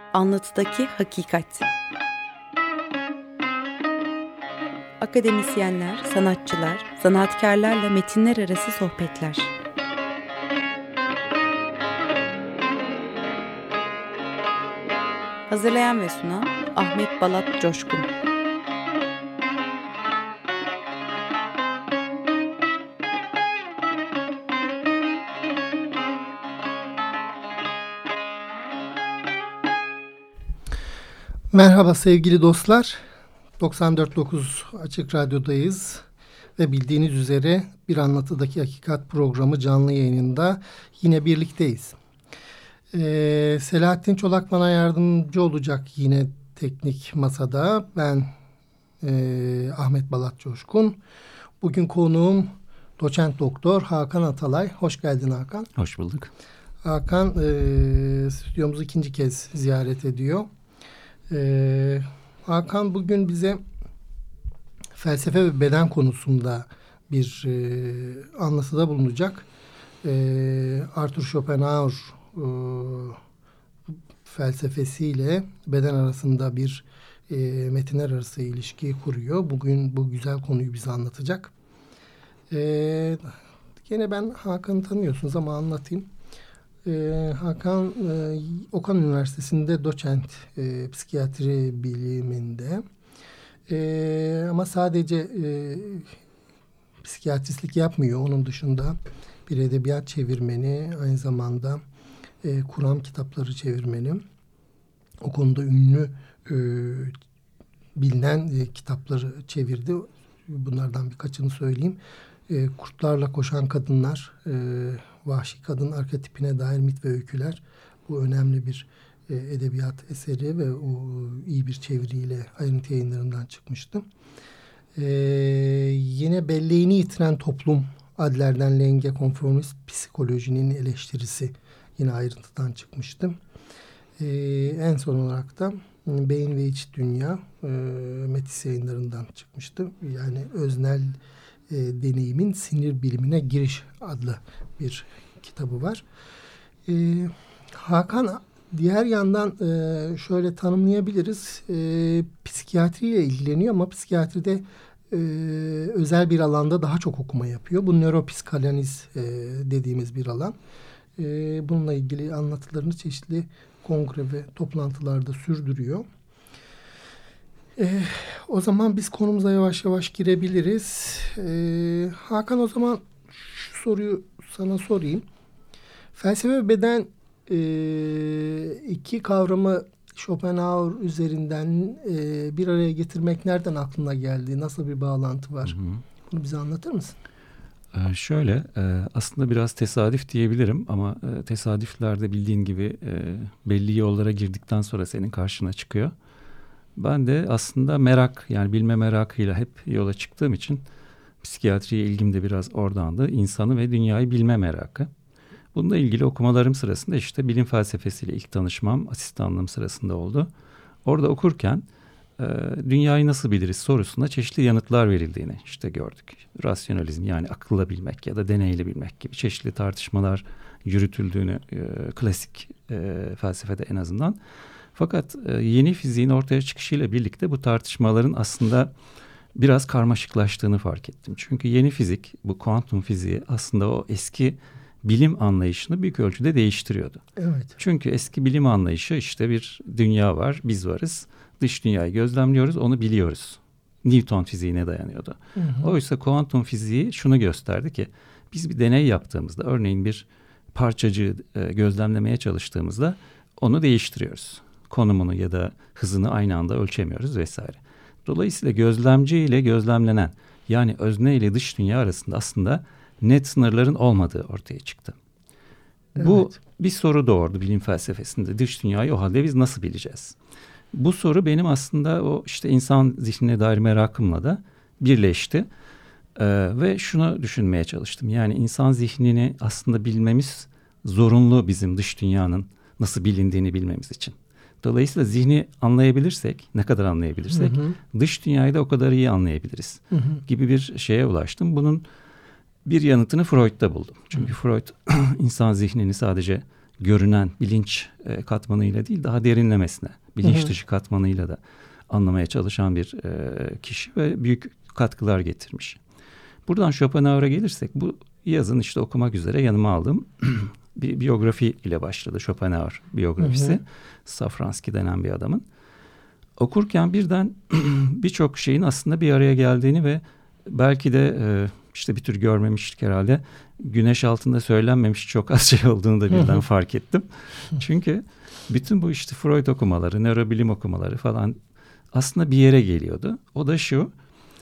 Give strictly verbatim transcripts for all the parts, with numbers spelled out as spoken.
Anlatıdaki hakikat. Akademisyenler, sanatçılar, sanatkarlarla metinler arası sohbetler. Hazırlayan ve sunan Ahmet Balat Coşkun. Merhaba sevgili dostlar. doksan dört nokta dokuz Açık Radyo'dayız ve bildiğiniz üzere Bir Anlatıdaki Hakikat programı canlı yayınında yine birlikteyiz. Ee, Selahattin Çolak bana yardımcı olacak yine teknik masada. Ben e, Ahmet Balat Coşkun. Bugün konuğum doçent doktor Hakan Atalay. Hoş geldin Hakan. Hoş bulduk. Hakan e, stüdyomuzu ikinci kez ziyaret ediyor. Ee, Hakan bugün bize felsefe ve beden konusunda bir e, anlatıda bulunacak. Ee, Arthur Schopenhauer e, felsefesiyle beden arasında bir e, metinler arası ilişki kuruyor. Bugün bu güzel konuyu bize anlatacak. Ee, gene ben Hakan'ı tanıyorsunuz ama anlatayım. Ee, Hakan e, Okan Üniversitesi'nde doçent e, psikiyatri biliminde e, ama sadece e, psikiyatristlik yapmıyor. Onun dışında bir edebiyat çevirmeni, aynı zamanda e, Kur'an kitapları çevirmeni. O konuda ünlü e, bilinen e, kitapları çevirdi. Bunlardan birkaçını söyleyeyim. E, Kurtlarla Koşan Kadınlar, e, Vahşi Kadın Arketipine Dair Mit ve Öyküler. Bu önemli bir e, edebiyat eseri ve o iyi bir çeviriyle Ayrıntı Yayınları'ndan çıkmıştı. E, yine Belleğini Yitiren Toplum, Adler'den Lenge Konformist Psikolojinin Eleştirisi yine Ayrıntı'dan çıkmıştı. E, en son olarak da Beyin ve İç Dünya e, Metis Yayınları'ndan çıkmıştı. Yani öznel E, deneyimin sinir bilimine giriş adlı bir kitabı var. E, Hakan diğer yandan e, şöyle tanımlayabiliriz. E, psikiyatriyle ilgileniyor ama psikiyatride e, özel bir alanda daha çok okuma yapıyor. Bu nöropsikanaliz e, dediğimiz bir alan. E, bununla ilgili anlatılarını çeşitli kongre ve toplantılarda sürdürüyor. Ee, o zaman biz konumuza yavaş yavaş girebiliriz. Ee, Hakan, o zaman şu soruyu sana sorayım. Felsefe ve beden e, iki kavramı Schopenhauer üzerinden e, bir araya getirmek nereden aklına geldi? Nasıl bir bağlantı var? Hı hı. Bunu bize anlatır mısın? Ee, şöyle e, aslında biraz tesadüf diyebilirim ama e, tesadüflerde bildiğin gibi e, belli yollara girdikten sonra senin karşına çıkıyor. Ben de aslında merak, yani bilme merakıyla hep yola çıktığım için psikiyatriye ilgim de biraz oradandı. İnsanı ve dünyayı bilme merakı. Bununla ilgili okumalarım sırasında işte bilim felsefesiyle ilk tanışmam asistanlığım sırasında oldu. Orada okurken e, dünyayı nasıl biliriz sorusuna çeşitli yanıtlar verildiğini işte gördük. Rasyonalizm, yani akılla bilmek ya da deneyle bilmek gibi çeşitli tartışmalar yürütüldüğünü e, klasik e, felsefede en azından. Fakat e, yeni fiziğin ortaya çıkışıyla birlikte bu tartışmaların aslında biraz karmaşıklaştığını fark ettim. Çünkü yeni fizik, bu kuantum fiziği aslında o eski bilim anlayışını büyük ölçüde değiştiriyordu. Evet. Çünkü eski bilim anlayışı işte bir dünya var, biz varız. Dış dünyayı gözlemliyoruz, onu biliyoruz. Newton fiziğine dayanıyordu. Hı hı. Oysa kuantum fiziği şunu gösterdi ki biz bir deney yaptığımızda, örneğin bir parçacığı e, gözlemlemeye çalıştığımızda onu değiştiriyoruz. Konumunu ya da hızını aynı anda ölçemiyoruz vesaire. Dolayısıyla gözlemci ile gözlemlenen, yani özne ile dış dünya arasında aslında net sınırların olmadığı ortaya çıktı. Evet. Bu bir soru doğurdu bilim felsefesinde. Dış dünyayı o halde biz nasıl bileceğiz? Bu soru benim aslında o işte insan zihnine dair merakımla da birleşti. Ee, ve şunu düşünmeye çalıştım. Yani insan zihnini aslında bilmemiz zorunlu, bizim dış dünyanın nasıl bilindiğini bilmemiz için. Dolayısıyla zihni anlayabilirsek, ne kadar anlayabilirsek, hı hı, dış dünyayı da o kadar iyi anlayabiliriz, hı hı, gibi bir şeye ulaştım. Bunun bir yanıtını Freud'da buldum. Çünkü hı. Freud insan zihnini sadece görünen bilinç e, katmanıyla değil, daha derinlemesine, bilinç hı hı. dışı katmanıyla da anlamaya çalışan bir e, kişi ve büyük katkılar getirmiş. Buradan Schopenhauer'a gelirsek, bu yazın işte okumak üzere yanıma aldığım bir biyografi ile başladı. Schopenhauer biyografisi. Hı hı. Safransky denen bir adamın. Okurken birden birçok şeyin aslında bir araya geldiğini ve belki de e, işte bir tür görmemiştik herhalde. Güneş altında söylenmemiş çok az şey olduğunu da birden fark ettim. Çünkü bütün bu işte Freud okumaları, nörobilim okumaları falan aslında bir yere geliyordu. O da şu: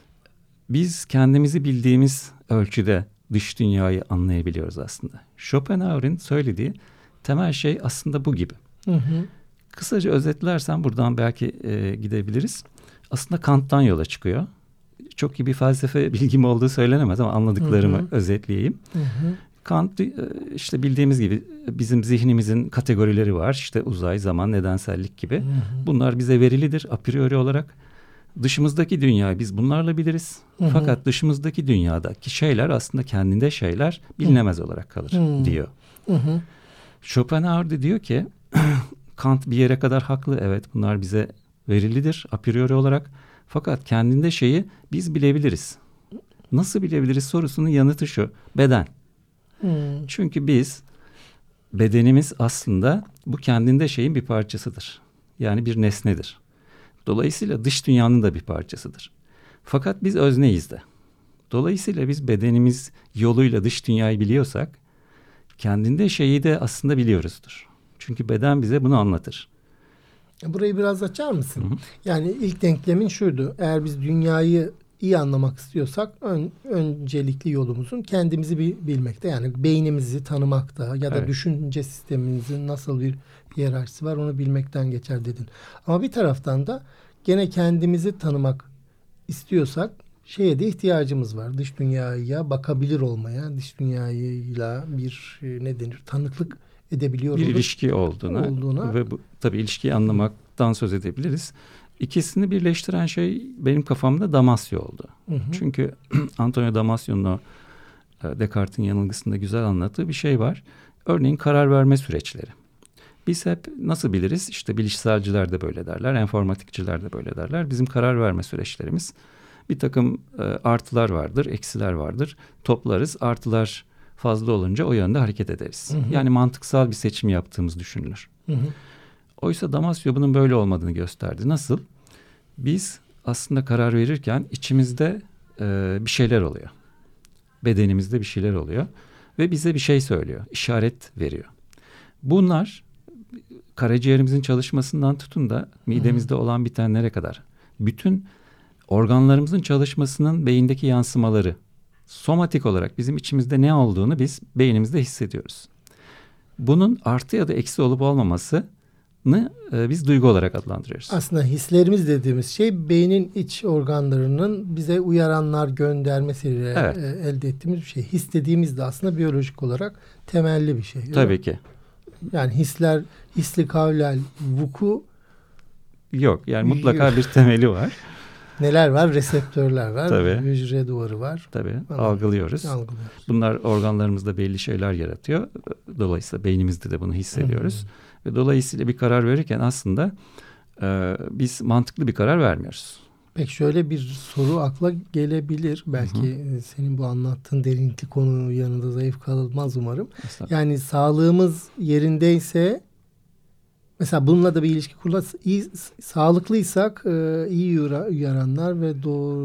biz kendimizi bildiğimiz ölçüde dış dünyayı anlayabiliyoruz aslında. Schopenhauer'in söylediği temel şey aslında bu gibi. Hı hı. Kısaca özetlersem buradan belki e, gidebiliriz. Aslında Kant'tan yola çıkıyor. Çok iyi bir felsefe bilgim olduğu söylenemez ama anladıklarımı hı hı. özetleyeyim. Hı hı. Kant işte bildiğimiz gibi bizim zihnimizin kategorileri var. İşte uzay, zaman, nedensellik gibi. Hı hı. Bunlar bize verilidir a priori olarak. Dışımızdaki dünyayı biz bunlarla biliriz. Hı hı. Fakat dışımızdaki dünyadaki şeyler aslında kendinde şeyler bilinemez hı. olarak kalır hı. diyor. Hı hı. Schopenhauer de diyor ki Kant bir yere kadar haklı. Evet, bunlar bize verilidir a priori olarak. Fakat kendinde şeyi biz bilebiliriz. Nasıl bilebiliriz sorusunun yanıtı şu: beden. Hmm. Çünkü biz, bedenimiz aslında bu kendinde şeyin bir parçasıdır. Yani bir nesnedir. Dolayısıyla dış dünyanın da bir parçasıdır. Fakat biz özneyiz de. Dolayısıyla biz bedenimiz yoluyla dış dünyayı biliyorsak, kendinde şeyi de aslında biliyoruzdur. Çünkü beden bize bunu anlatır. Burayı biraz açar mısın? Hı hı. Yani ilk denklemin şuydu: eğer biz dünyayı iyi anlamak istiyorsak ön, öncelikli yolumuzun kendimizi bir bilmekte. Yani beynimizi tanımakta ya da evet. düşünce sistemimizin nasıl bir hiyerarşisi var onu bilmekten geçer dedin. Ama bir taraftan da gene kendimizi tanımak istiyorsak şeye de ihtiyacımız var. Dış dünyaya bakabilir olmaya, dış dünyayla bir ne denir? Tanıklık edebiliyor bir ilişki olduğuna, olduğuna ve bu, tabii ilişkiyi anlamaktan söz edebiliriz. İkisini birleştiren şey benim kafamda Damasio oldu. Hı hı. Çünkü Antonio Damasio'nun o Descartes'in yanılgısında güzel anlattığı bir şey var. Örneğin karar verme süreçleri. Biz hep nasıl biliriz? İşte bilişselciler de böyle derler, enformatikçiler de böyle derler. Bizim karar verme süreçlerimiz, bir takım e, artılar vardır, eksiler vardır. Toplarız, artılar fazla olunca o yönde hareket ederiz. Hı hı. Yani mantıksal bir seçim yaptığımız düşünülür. Hı hı. Oysa Damasio bunun böyle olmadığını gösterdi. Nasıl? Biz aslında karar verirken içimizde e, bir şeyler oluyor. Bedenimizde bir şeyler oluyor. Ve bize bir şey söylüyor, işaret veriyor. Bunlar karaciğerimizin çalışmasından tutun da midemizde hı hı. olan bitenlere kadar bütün organlarımızın çalışmasının beyindeki yansımaları, somatik olarak bizim içimizde ne olduğunu biz beynimizde hissediyoruz. Bunun artı ya da eksi olup olmamasını e, biz duygu olarak adlandırıyoruz. Aslında hislerimiz dediğimiz şey beynin iç organlarının bize uyaranlar göndermesiyle evet. e, elde ettiğimiz bir şey. His dediğimiz de aslında biyolojik olarak temelli bir şey. Tabii ki. Yani hisler, hisli kavlel vuku yok. Yani mutlaka bir temeli var. Neler var? Reseptörler var. Tabii. Hücre duvarı var. Tabii. Algılıyoruz. Algılıyoruz. Bunlar organlarımızda belli şeyler yaratıyor. Dolayısıyla beynimizde de bunu hissediyoruz. Hı-hı. Ve dolayısıyla bir karar verirken aslında e, biz mantıklı bir karar vermiyoruz. Peki şöyle bir soru akla gelebilir. Belki Hı-hı. senin bu anlattığın derinlikli konu yanında zayıf kalmaz umarım. Yani sağlığımız yerindeyse, mesela bununla da bir ilişki kurulursa, iyi, sağlıklıysak e, iyi uyaranlar ve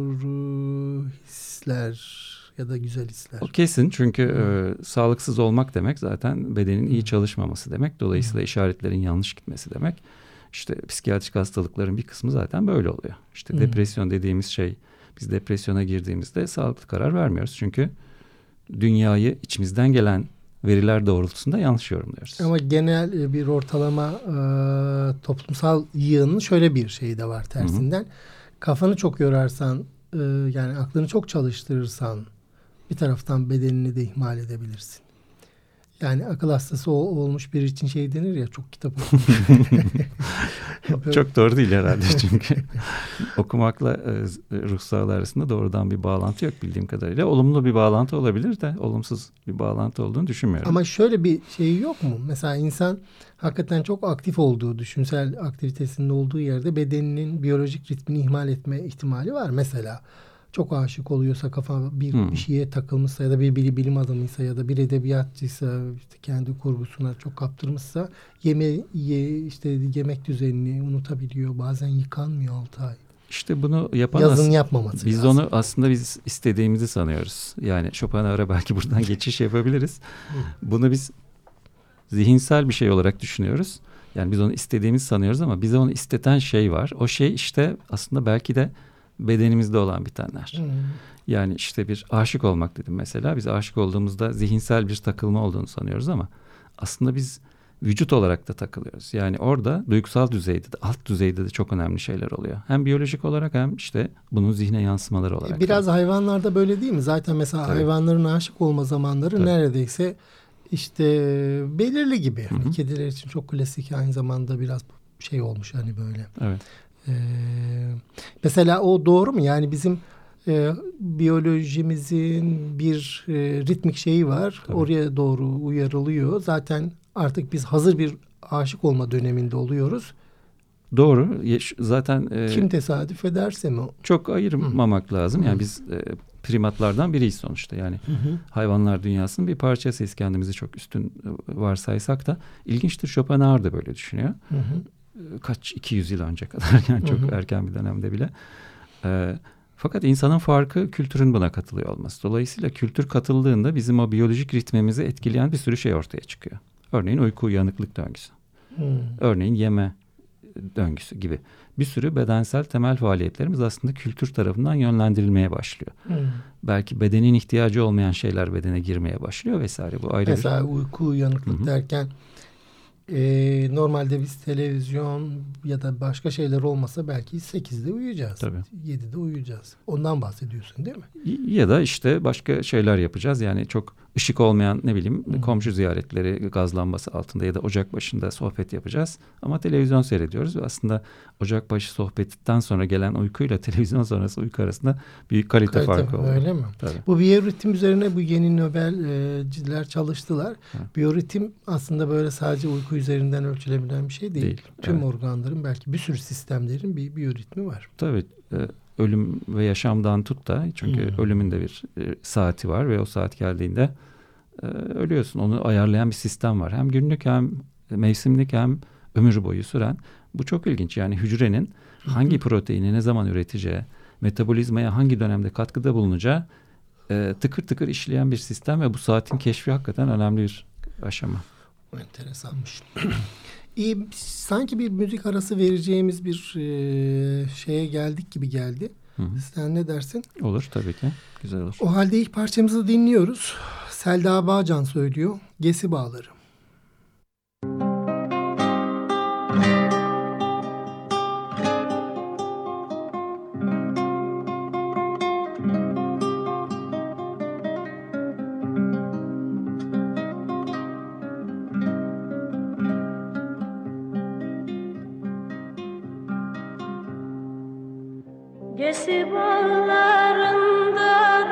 doğru hisler ya da güzel hisler. O kesin, çünkü e, sağlıksız olmak demek zaten bedenin iyi çalışmaması demek. Dolayısıyla hmm. işaretlerin yanlış gitmesi demek. İşte psikiyatrik hastalıkların bir kısmı zaten böyle oluyor. İşte hmm. depresyon dediğimiz şey, biz depresyona girdiğimizde sağlıklı karar vermiyoruz. Çünkü dünyayı içimizden gelen veriler doğrultusunda yanlış yorumluyoruz. Ama genel bir ortalama e, toplumsal yığının şöyle bir şeyi de var tersinden. Hı hı. Kafanı çok yorarsan, e, yani aklını çok çalıştırırsan bir taraftan bedenini de ihmal edebilirsin. Yani akıl hastası olmuş biri için şey denir ya, çok kitap okumuş. Çok doğru değil herhalde çünkü okumakla ruh sağlığı arasında doğrudan bir bağlantı yok bildiğim kadarıyla. Olumlu bir bağlantı olabilir de olumsuz bir bağlantı olduğunu düşünmüyorum. Ama şöyle bir şey yok mu? Mesela insan hakikaten çok aktif olduğu, düşünsel aktivitesinin olduğu yerde bedeninin biyolojik ritmini ihmal etme ihtimali var. Mesela çok aşık oluyorsa, kafa bir, hmm. bir şeye takılmışsa ya da bir bilim adamıysa ya da bir edebiyatçıysa, işte kendi kurgusuna çok kaptırmışsa yeme ye, işte yemek düzenini unutabiliyor. Bazen yıkanmıyor altı ay. İşte bunu yapan yazın yapmaması biz lazım. Onu aslında biz istediğimizi sanıyoruz. Yani Schopenhauer'a belki buradan geçiş yapabiliriz. Bunu biz zihinsel bir şey olarak düşünüyoruz. Yani biz onu istediğimizi sanıyoruz ama bize onu isteten şey var. O şey işte aslında belki de bedenimizde olan bitenler. Hmm. Yani işte bir aşık olmak dedim mesela. Biz aşık olduğumuzda zihinsel bir takılma olduğunu sanıyoruz ama aslında biz vücut olarak da takılıyoruz. Yani orada duygusal düzeyde de, alt düzeyde de çok önemli şeyler oluyor. Hem biyolojik olarak hem işte bunun zihne yansımaları olarak. Biraz da. Hayvanlarda böyle değil mi? Zaten mesela Tabii. hayvanların aşık olma zamanları Tabii. neredeyse işte belirli gibi. Hı hı. Kediler için çok klasik, aynı zamanda biraz şey olmuş hani böyle. Evet. Ee, mesela o doğru mu? Yani bizim e, biyolojimizin bir e, ritmik şeyi var. Tabii. Oraya doğru uyarılıyor. Zaten artık biz hazır bir aşık olma döneminde oluyoruz. Doğru. Zaten e, kim tesadüf ederse mi? Çok ayırmamak Hı. lazım. Yani Hı. biz e, primatlardan biriyiz sonuçta. Yani Hı. hayvanlar dünyasının bir parçasıyız. Kendimizi çok üstün varsaysak da ilginçtir. Schopenhauer da böyle düşünüyor. Hı. Kaç iki yüz yıl önce kadar yani çok hı hı. erken bir dönemde bile. E, fakat insanın farkı kültürün buna katılıyor olması. Dolayısıyla kültür katıldığında bizim o biyolojik ritmimizi etkileyen bir sürü şey ortaya çıkıyor. Örneğin uyku uyanıklık döngüsü. Hı. Örneğin yeme döngüsü gibi. Bir sürü bedensel temel faaliyetlerimiz aslında kültür tarafından yönlendirilmeye başlıyor. Hı. Belki bedenin ihtiyacı olmayan şeyler bedene girmeye başlıyor vesaire. Bu ayrı Mesela bir... uyku uyanıklık Hı-hı. derken Ee, normalde biz televizyon ya da başka şeyler olmasa belki sekizde uyuyacağız. Tabii. yedide uyuyacağız. Ondan bahsediyorsun değil mi? Ya da işte başka şeyler yapacağız. Yani çok ışık olmayan ne bileyim hmm. komşu ziyaretleri, gaz lambası altında ya da ocak başında sohbet yapacağız. Ama televizyon seyrediyoruz ve aslında ocak başı sohbetten sonra gelen uykuyla televizyon sonrası uyku arasında büyük kalite, kalite farkı oluyor. Öyle mi? Tabii. Bu biyoritim üzerine bu yeni Nobelciler çalıştılar. Ha. Biyoritim aslında böyle sadece uyku üzerinden ölçülebilen bir şey değil. değil. Tüm evet. organların, belki bir sürü sistemlerin bir biyoritmi var. Tabii. Ölüm ve yaşamdan tut da, çünkü hmm. ölümün de bir e, saati var ve o saat geldiğinde e, ölüyorsun. Onu ayarlayan bir sistem var. Hem günlük hem mevsimlik hem ömür boyu süren. Bu çok ilginç. Yani hücrenin hangi proteini ne zaman üreteceği, metabolizmaya hangi dönemde katkıda bulunacağı e, tıkır tıkır işleyen bir sistem ve bu saatin keşfi hakikaten önemli bir aşama. Enteresanmış. İyi, sanki bir müzik arası vereceğimiz bir e, şeye geldik gibi geldi. Hı hı. Sen ne dersin? Olur tabii ki. Güzel olur. O halde ilk parçamızı dinliyoruz. Selda Bağcan söylüyor. Gesi Bağları. Gesi bağlarında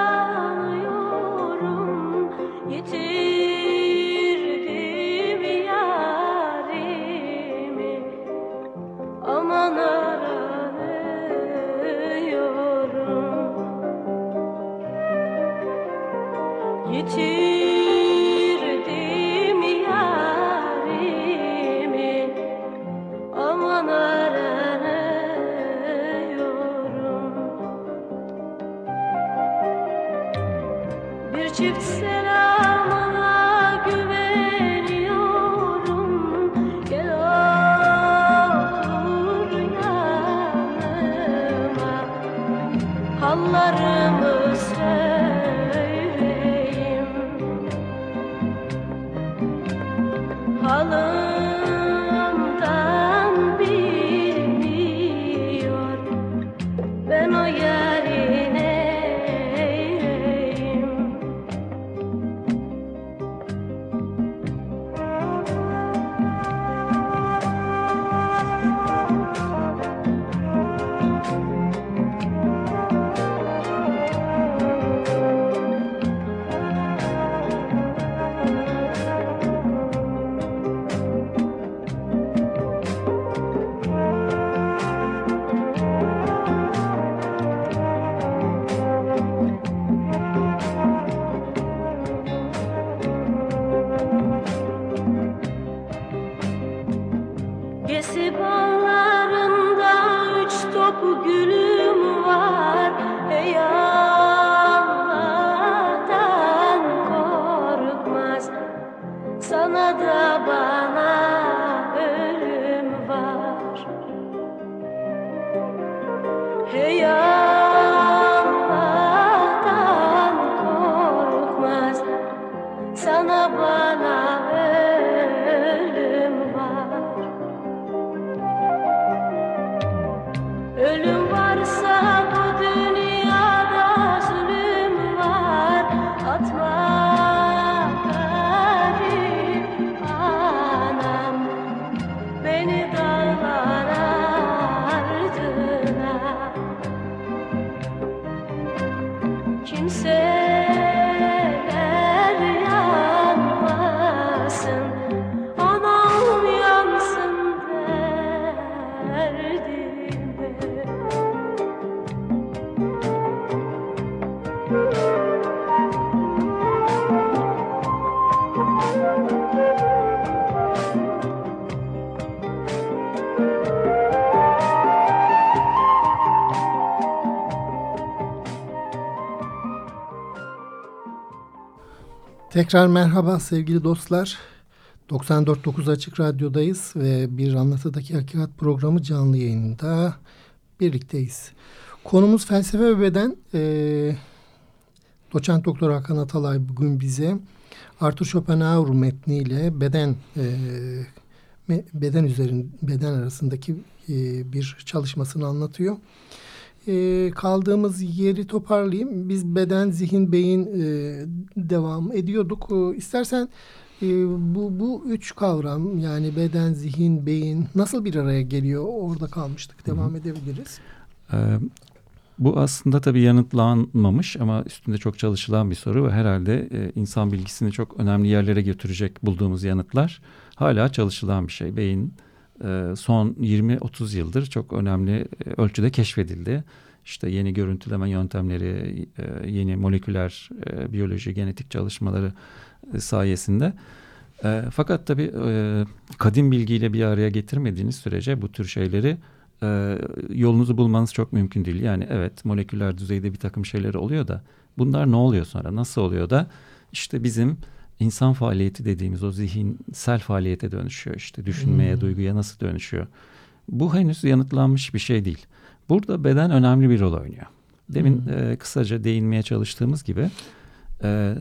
dolanıyorum, yitirdim yarimi, aman aranıyorum, yitirdim yarimi, aman aranıyorum. Çift selamına güveniyorum, gel otur yanıma, hallarımı söyleyeyim, halımdan bilmiyor, ben o yarine Tekrar merhaba sevgili dostlar. doksan dört nokta dokuz Açık Radyo'dayız ve Bir Anlatıdaki Hakikat programı canlı yayında birlikteyiz. Konumuz felsefe ve beden. Ee, Doçent Doktor Hakan Atalay bugün bize Arthur Schopenhauer metniyle beden e, beden üzerin beden arasındaki e, bir çalışmasını anlatıyor. E, kaldığımız yeri toparlayayım. Biz beden, zihin, beyin e, devam ediyorduk. E, istersen e, bu bu üç kavram, yani beden, zihin, beyin nasıl bir araya geliyor? Orada kalmıştık. Devam Hı-hı. edebiliriz. Ee, bu aslında tabii yanıtlanmamış ama üstünde çok çalışılan bir soru ve herhalde e, insan bilgisini çok önemli yerlere götürecek bulduğumuz yanıtlar. Hala çalışılan bir şey. Beyin e, son yirmi otuz yıldır çok önemli e, ölçüde keşfedildi. İşte yeni görüntüleme yöntemleri, e, yeni moleküler e, biyoloji, genetik çalışmaları e, sayesinde. E, fakat tabii e, kadim bilgiyle bir araya getirmediğiniz sürece bu tür şeyleri e, yolunuzu bulmanız çok mümkün değil. Yani evet, moleküler düzeyde bir takım şeyler oluyor da bunlar ne oluyor sonra? Nasıl oluyor da işte bizim İnsan faaliyeti dediğimiz o zihinsel faaliyete dönüşüyor. İşte düşünmeye, hmm. duyguya nasıl dönüşüyor? Bu henüz yanıtlanmış bir şey değil. Burada beden önemli bir rol oynuyor. Demin hmm. e, kısaca değinmeye çalıştığımız gibi e,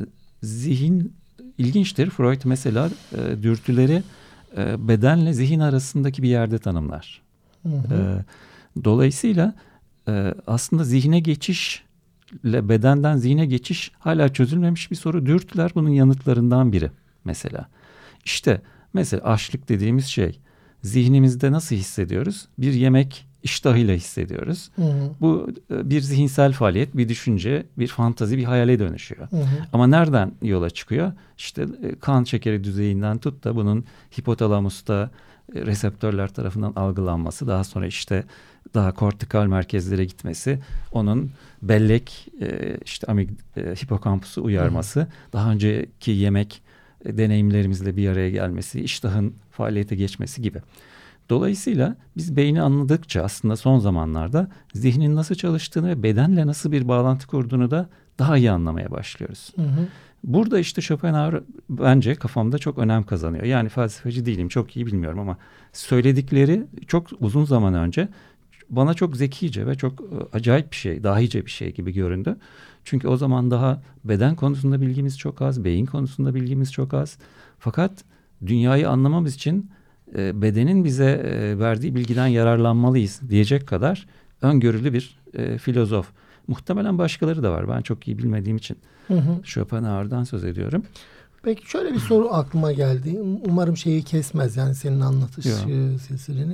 zihin ilginçtir. Freud mesela e, dürtüleri e, bedenle zihin arasındaki bir yerde tanımlar. Hmm. E, dolayısıyla e, aslında zihne geçiş ile bedenden zihne geçiş hala çözülmemiş bir soru. Dürtüler bunun yanıtlarından biri mesela. İşte mesela açlık dediğimiz şey zihnimizde nasıl hissediyoruz? Bir yemek iştahıyla hissediyoruz. Hı hı. Bu bir zihinsel faaliyet, bir düşünce, bir fantazi, bir hayale dönüşüyor. Hı hı. Ama nereden yola çıkıyor? İşte kan şekeri düzeyinden tut da bunun hipotalamusta reseptörler tarafından algılanması, daha sonra işte daha kortikal merkezlere gitmesi, onun bellek, işte amig, hipokampusu uyarması, Hı. daha önceki yemek deneyimlerimizle bir araya gelmesi, iştahın faaliyete geçmesi gibi. Dolayısıyla biz beyni anladıkça aslında son zamanlarda zihnin nasıl çalıştığını ve bedenle nasıl bir bağlantı kurduğunu da daha iyi anlamaya başlıyoruz. Hı hı. Burada işte Schopenhauer bence kafamda çok önem kazanıyor. Yani felsefeci değilim, çok iyi bilmiyorum ama söyledikleri çok uzun zaman önce bana çok zekice ve çok acayip bir şey, dahice bir şey gibi göründü. Çünkü o zaman daha beden konusunda bilgimiz çok az, beyin konusunda bilgimiz çok az. Fakat dünyayı anlamamız için e, bedenin bize e, verdiği bilgiden yararlanmalıyız diyecek kadar öngörülü bir e, filozof. Muhtemelen başkaları da var. Ben çok iyi bilmediğim için hı hı. Schopenhauer'dan söz ediyorum. Peki şöyle bir soru aklıma geldi. Umarım şeyi kesmez, yani senin anlatış silsileni.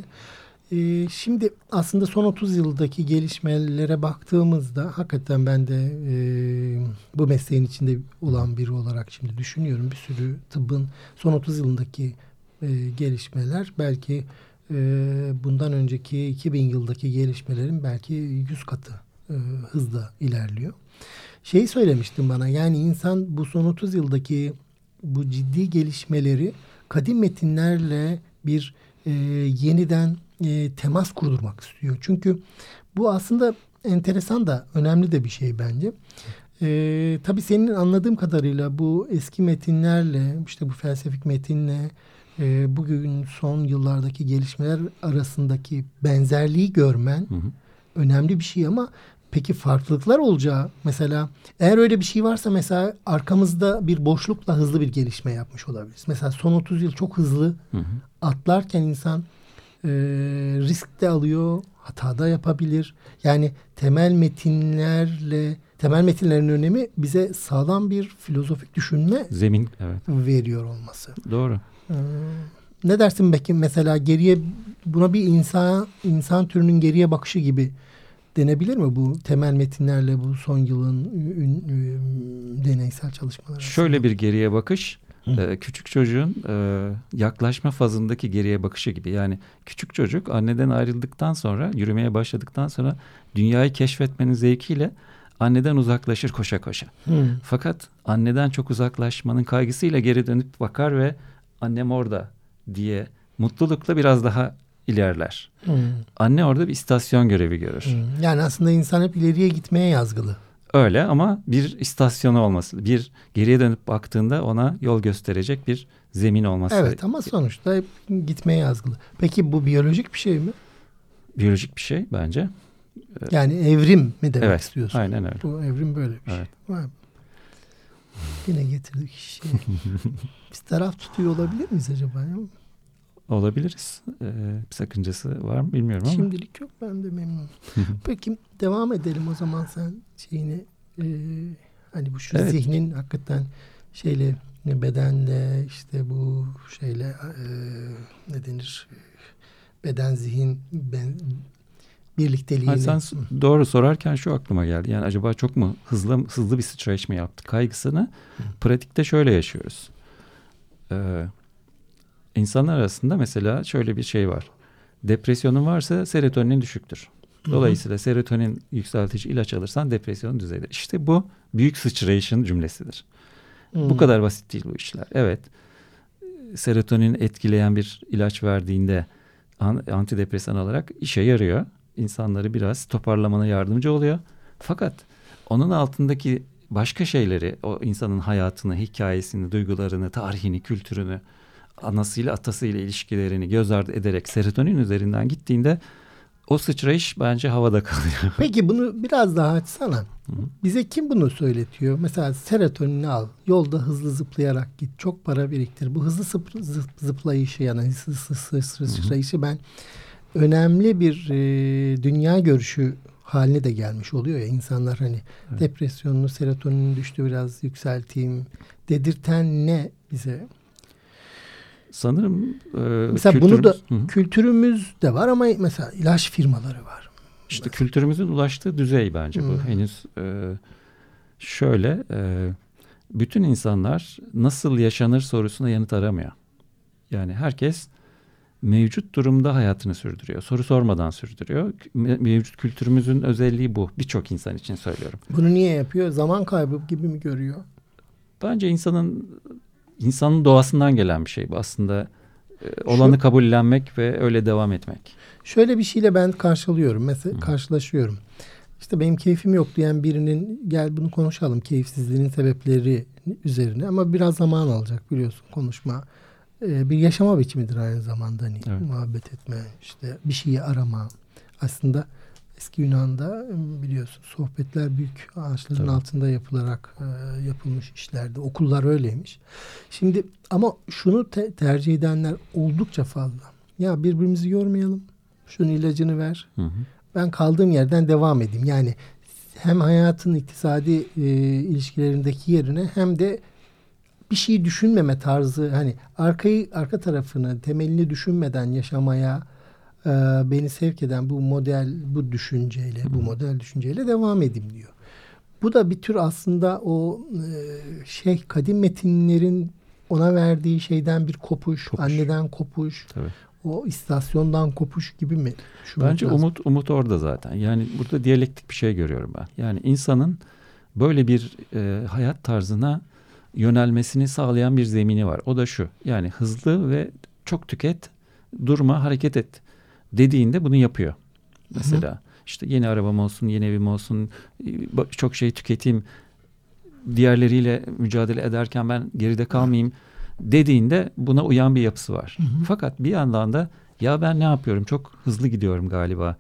Ee, şimdi aslında son otuz yıldaki gelişmelere baktığımızda hakikaten ben de e, bu mesleğin içinde olan biri olarak şimdi düşünüyorum. Bir sürü tıbbın son otuz yılındaki e, gelişmeler belki e, bundan önceki iki bin yıldaki gelişmelerin belki yüz katı e, hızla ilerliyor. Şeyi söylemiştin bana, yani insan bu son otuz yıldaki bu ciddi gelişmeleri kadim metinlerle bir e, yeniden e, temas kurdurmak istiyor. Çünkü bu aslında enteresan da önemli de bir şey bence. E, tabii senin anladığım kadarıyla bu eski metinlerle, işte bu felsefik metinle e, bugün son yıllardaki gelişmeler arasındaki benzerliği görmen hı hı. önemli bir şey ama peki farklılıklar olacağı, mesela eğer öyle bir şey varsa mesela arkamızda bir boşlukla hızlı bir gelişme yapmış olabiliriz. Mesela son otuz yıl çok hızlı hı hı. atlarken insan e, risk de alıyor, hata da yapabilir. Yani temel metinlerle, temel metinlerin önemi bize sağlam bir filozofik düşünme zemin evet. veriyor olması. Doğru. Ee, ne dersin peki mesela geriye, buna bir insan insan türünün geriye bakışı gibi denebilir mi bu temel metinlerle bu son yılın ün, ün, deneysel çalışmaları? Şöyle bir geriye bakış, e, küçük çocuğun e, yaklaşma fazındaki geriye bakışı gibi. Yani küçük çocuk anneden ayrıldıktan sonra, yürümeye başladıktan sonra dünyayı keşfetmenin zevkiyle anneden uzaklaşır koşa koşa. Hı. Fakat anneden çok uzaklaşmanın kaygısıyla geri dönüp bakar ve annem orada diye mutlulukla biraz daha ilerler. Hmm. Anne orada bir istasyon görevi görür. Hmm. Yani aslında insan hep ileriye gitmeye yazgılı. öyle ama bir istasyonu olması, bir geriye dönüp baktığında ona yol gösterecek bir zemin olması. Evet ama sonuçta hep gitmeye yazgılı. Peki bu biyolojik bir şey mi? Biyolojik bir şey bence. Yani evrim mi demek evet, istiyorsun? Aynen öyle. Bu evrim böyle bir evet. şey. Vay. Yine getirdik işi. Biz taraf tutuyor olabilir miyiz acaba? Ya? Olabiliriz. Ee, bir sakıncası var mı bilmiyorum ama. Şimdilik yok, ben de memnunum. Peki devam edelim o zaman, sen şeyini e, hani bu şu evet. zihnin hakikaten şeyle, bedenle, işte bu şeyle e, ne denir, beden zihin ben, birlikteliğini. Hayır, sen doğru sorarken şu aklıma geldi. Yani acaba çok mu hızlı hızlı bir sıçrayış mı yaptık kaygısını? Hı. Pratikte şöyle yaşıyoruz. Ee, insanlar arasında mesela şöyle bir şey var. Depresyonun varsa serotonin düşüktür. Dolayısıyla Hı-hı. serotonin yükseltici ilaç alırsan depresyon düzeyde. İşte bu büyük sıçrayışın cümlesidir. Hı-hı. Bu kadar basit değil bu işler. Evet. Serotonin etkileyen bir ilaç verdiğinde antidepresan olarak işe yarıyor. İnsanları biraz toparlamana yardımcı oluyor. Fakat onun altındaki başka şeyleri, o insanın hayatını, hikayesini, duygularını, tarihini, kültürünü, anasıyla atasıyla ilişkilerini göz ardı ederek serotonin üzerinden gittiğinde o sıçrayış bence havada kalıyor. Peki bunu biraz daha açsana. Hı-hı. Bize kim bunu söyletiyor? Mesela serotonini al, yolda hızlı zıplayarak git, çok para biriktir. Bu hızlı zıp- zıp- zıplayışı yani hızlı sıçrayışı ben önemli bir e, dünya görüşü haline de gelmiş oluyor ya. İnsanlar hani evet. depresyonunu, serotoninin düştü, biraz yükselteyim dedirten ne bize? Sanırım e, mesela bunu da Hı-hı. kültürümüz de var ama mesela ilaç firmaları var. İşte mesela. Kültürümüzün ulaştığı düzey bence bu. Hı-hı. Henüz e, şöyle e, bütün insanlar nasıl yaşanır sorusuna yanıt aramıyor. Yani herkes mevcut durumda hayatını sürdürüyor. Soru sormadan sürdürüyor. Mevcut kültürümüzün özelliği bu. Birçok insan için söylüyorum. Bunu niye yapıyor? Zaman kaybı gibi mi görüyor? Bence insanın insanın doğasından gelen bir şey bu. Aslında e, olanı Şu, kabullenmek ve öyle devam etmek. Şöyle bir şeyle ben karşılıyorum. Mesela Hı. karşılaşıyorum. İşte benim keyfim yok diyen birinin, gel bunu konuşalım, keyifsizliğinin sebepleri üzerine, ama biraz zaman alacak biliyorsun konuşma. Bir yaşama biçimidir aynı zamanda, hani evet. muhabbet etme, işte bir şeyi arama. Aslında eski Yunan'da biliyorsun sohbetler büyük ağaçların Tabii. altında yapılarak e, yapılmış işlerdi. Okullar öyleymiş. Şimdi ama şunu te- tercih edenler oldukça fazla. Ya birbirimizi yormayalım. Şunun ilacını ver. Hı hı. Ben kaldığım yerden devam edeyim. Yani hem hayatın iktisadi e, ilişkilerindeki yerine hem de bir şeyi düşünmeme tarzı, hani arkayı, arka tarafını, temelini düşünmeden yaşamaya e, beni sevk eden bu model, bu düşünceyle, bu model düşünceyle devam edeyim diyor. Bu da bir tür aslında o e, şey kadim metinlerin ona verdiği şeyden bir kopuş, kopuş. anneden kopuş, Tabii. o istasyondan kopuş gibi mi? Şu Bence lazım. umut umut orada zaten. Yani burada diyalektik bir şey görüyorum ben. Yani insanın böyle bir e, hayat tarzına yönelmesini sağlayan bir zemini var. O da şu. Yani hızlı ve çok tüket, durma, hareket et dediğinde bunu yapıyor. Mesela Hı-hı. işte yeni arabam olsun, yeni evim olsun, çok şey tüketeyim, diğerleriyle mücadele ederken ben geride kalmayayım dediğinde buna uyan bir yapısı var. Hı-hı. Fakat bir yandan da ya ben ne yapıyorum? Çok hızlı gidiyorum galiba.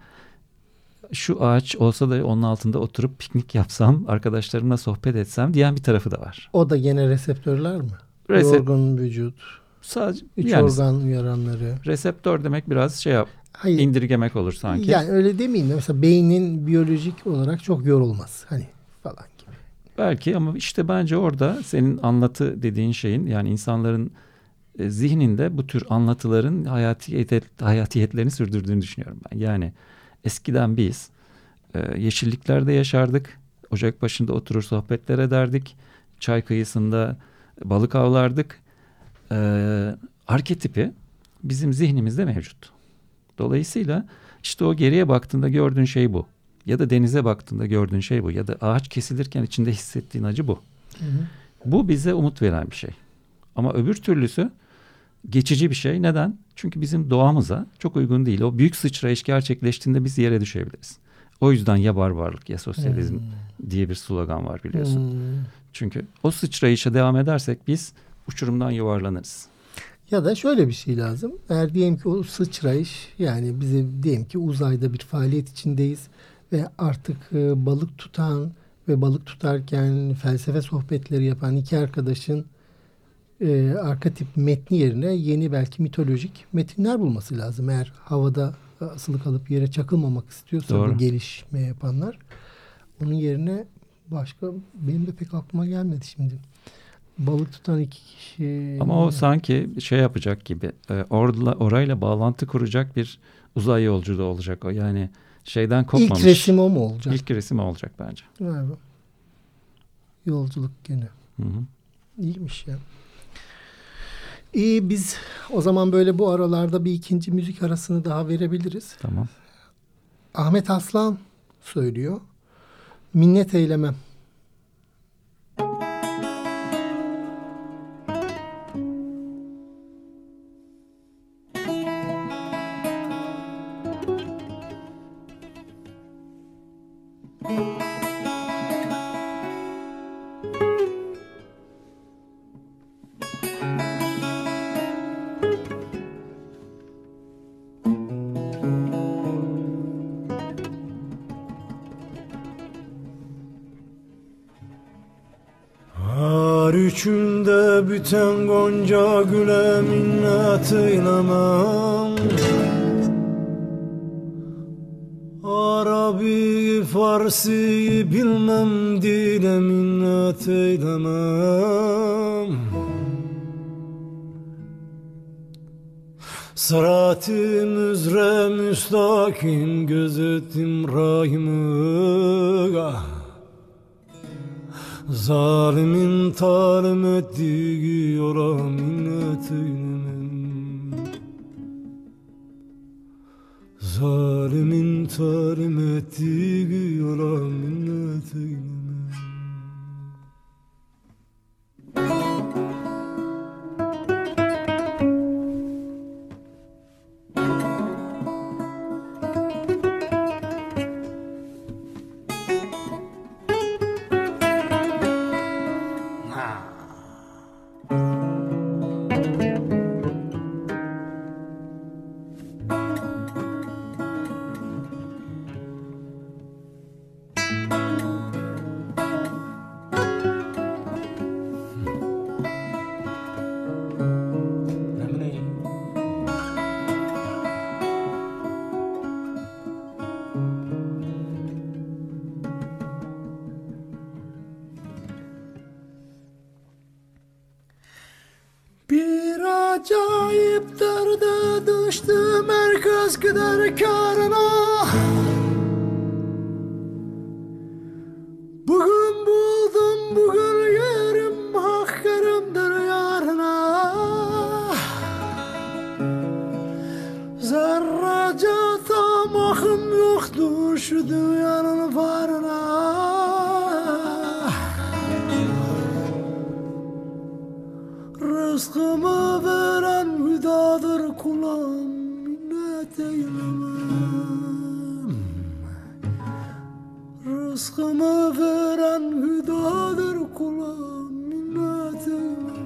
Şu ağaç olsa da onun altında oturup piknik yapsam, arkadaşlarımla sohbet etsem diyen bir tarafı da var. O da gene reseptörler mi? Resep- Yorgun vücut, sadece iç yani, organ uyaranları. Reseptör demek biraz şey yap, Hayır. indirgemek olur sanki. Yani öyle demeyeyim. Mesela beynin biyolojik olarak çok yorulması hani falan gibi. Belki ama işte bence orada senin anlatı dediğin şeyin, yani insanların e, zihninde bu tür anlatıların hayatiyet, hayatiyetlerini sürdürdüğünü düşünüyorum ben. Yani eskiden biz e, yeşilliklerde yaşardık. Ocak başında oturur sohbetler ederdik. Çay kıyısında balık avlardık. E, arketipi bizim zihnimizde mevcut. Dolayısıyla işte o geriye baktığında gördüğün şey bu. Ya da denize baktığında gördüğün şey bu. Ya da ağaç kesilirken içinde hissettiğin acı bu. Hı hı. Bu bize umut veren bir şey. Ama öbür türlüsü geçici bir şey. Neden? Çünkü bizim doğamıza çok uygun değil. O büyük sıçrayış gerçekleştiğinde biz yere düşebiliriz. O yüzden ya barbarlık ya sosyalizm Hmm. diye bir slogan var biliyorsun. Hmm. Çünkü o sıçrayışa devam edersek biz uçurumdan yuvarlanırız. Ya da şöyle bir şey lazım. Eğer diyelim ki o sıçrayış, yani bize diyelim ki uzayda bir faaliyet içindeyiz ve artık e, balık tutan ve balık tutarken felsefe sohbetleri yapan iki arkadaşın e, arketip metni yerine yeni belki mitolojik metinler bulması lazım. Eğer havada asılı kalıp yere çakılmamak istiyorsa Doğru. bu gelişme yapanlar, onun yerine başka, benim de pek aklıma gelmedi şimdi. Balık tutan iki kişi. Ama o sanki şey yapacak gibi, e, orla, orayla bağlantı kuracak bir uzay yolculuğu olacak o. Yani şeyden kopmamış. İlk resim o mu olacak? İlk resim olacak bence. Galiba. Yolculuk gene. Hı hı. İyiymiş ya. İyi, biz o zaman böyle bu aralarda bir ikinci müzik arasını daha verebiliriz. Tamam. Ahmet Aslan söylüyor. Minnet eylemem. Üçünde büten gonca güle minnet eylemem. Arabi Farsi bilmem, dile minnet eylemem. Sırat-ı müzre müstakim gözettim rahimı. Zalimin talim ettiği yola minnet eylemem. Zalimin talim ettiği yola minnet eylemem. Bir acayip derde düştüm herkes gider karına. Bugün buldum bugün yerim hak yerimdir yarına. Zerrece tamahım yoktu şu dünyanın varına. Rızkımı veren hüdadır kulağım, minnet eylemem. Rızkımı veren hüdadır kulağım, minnet eylemem.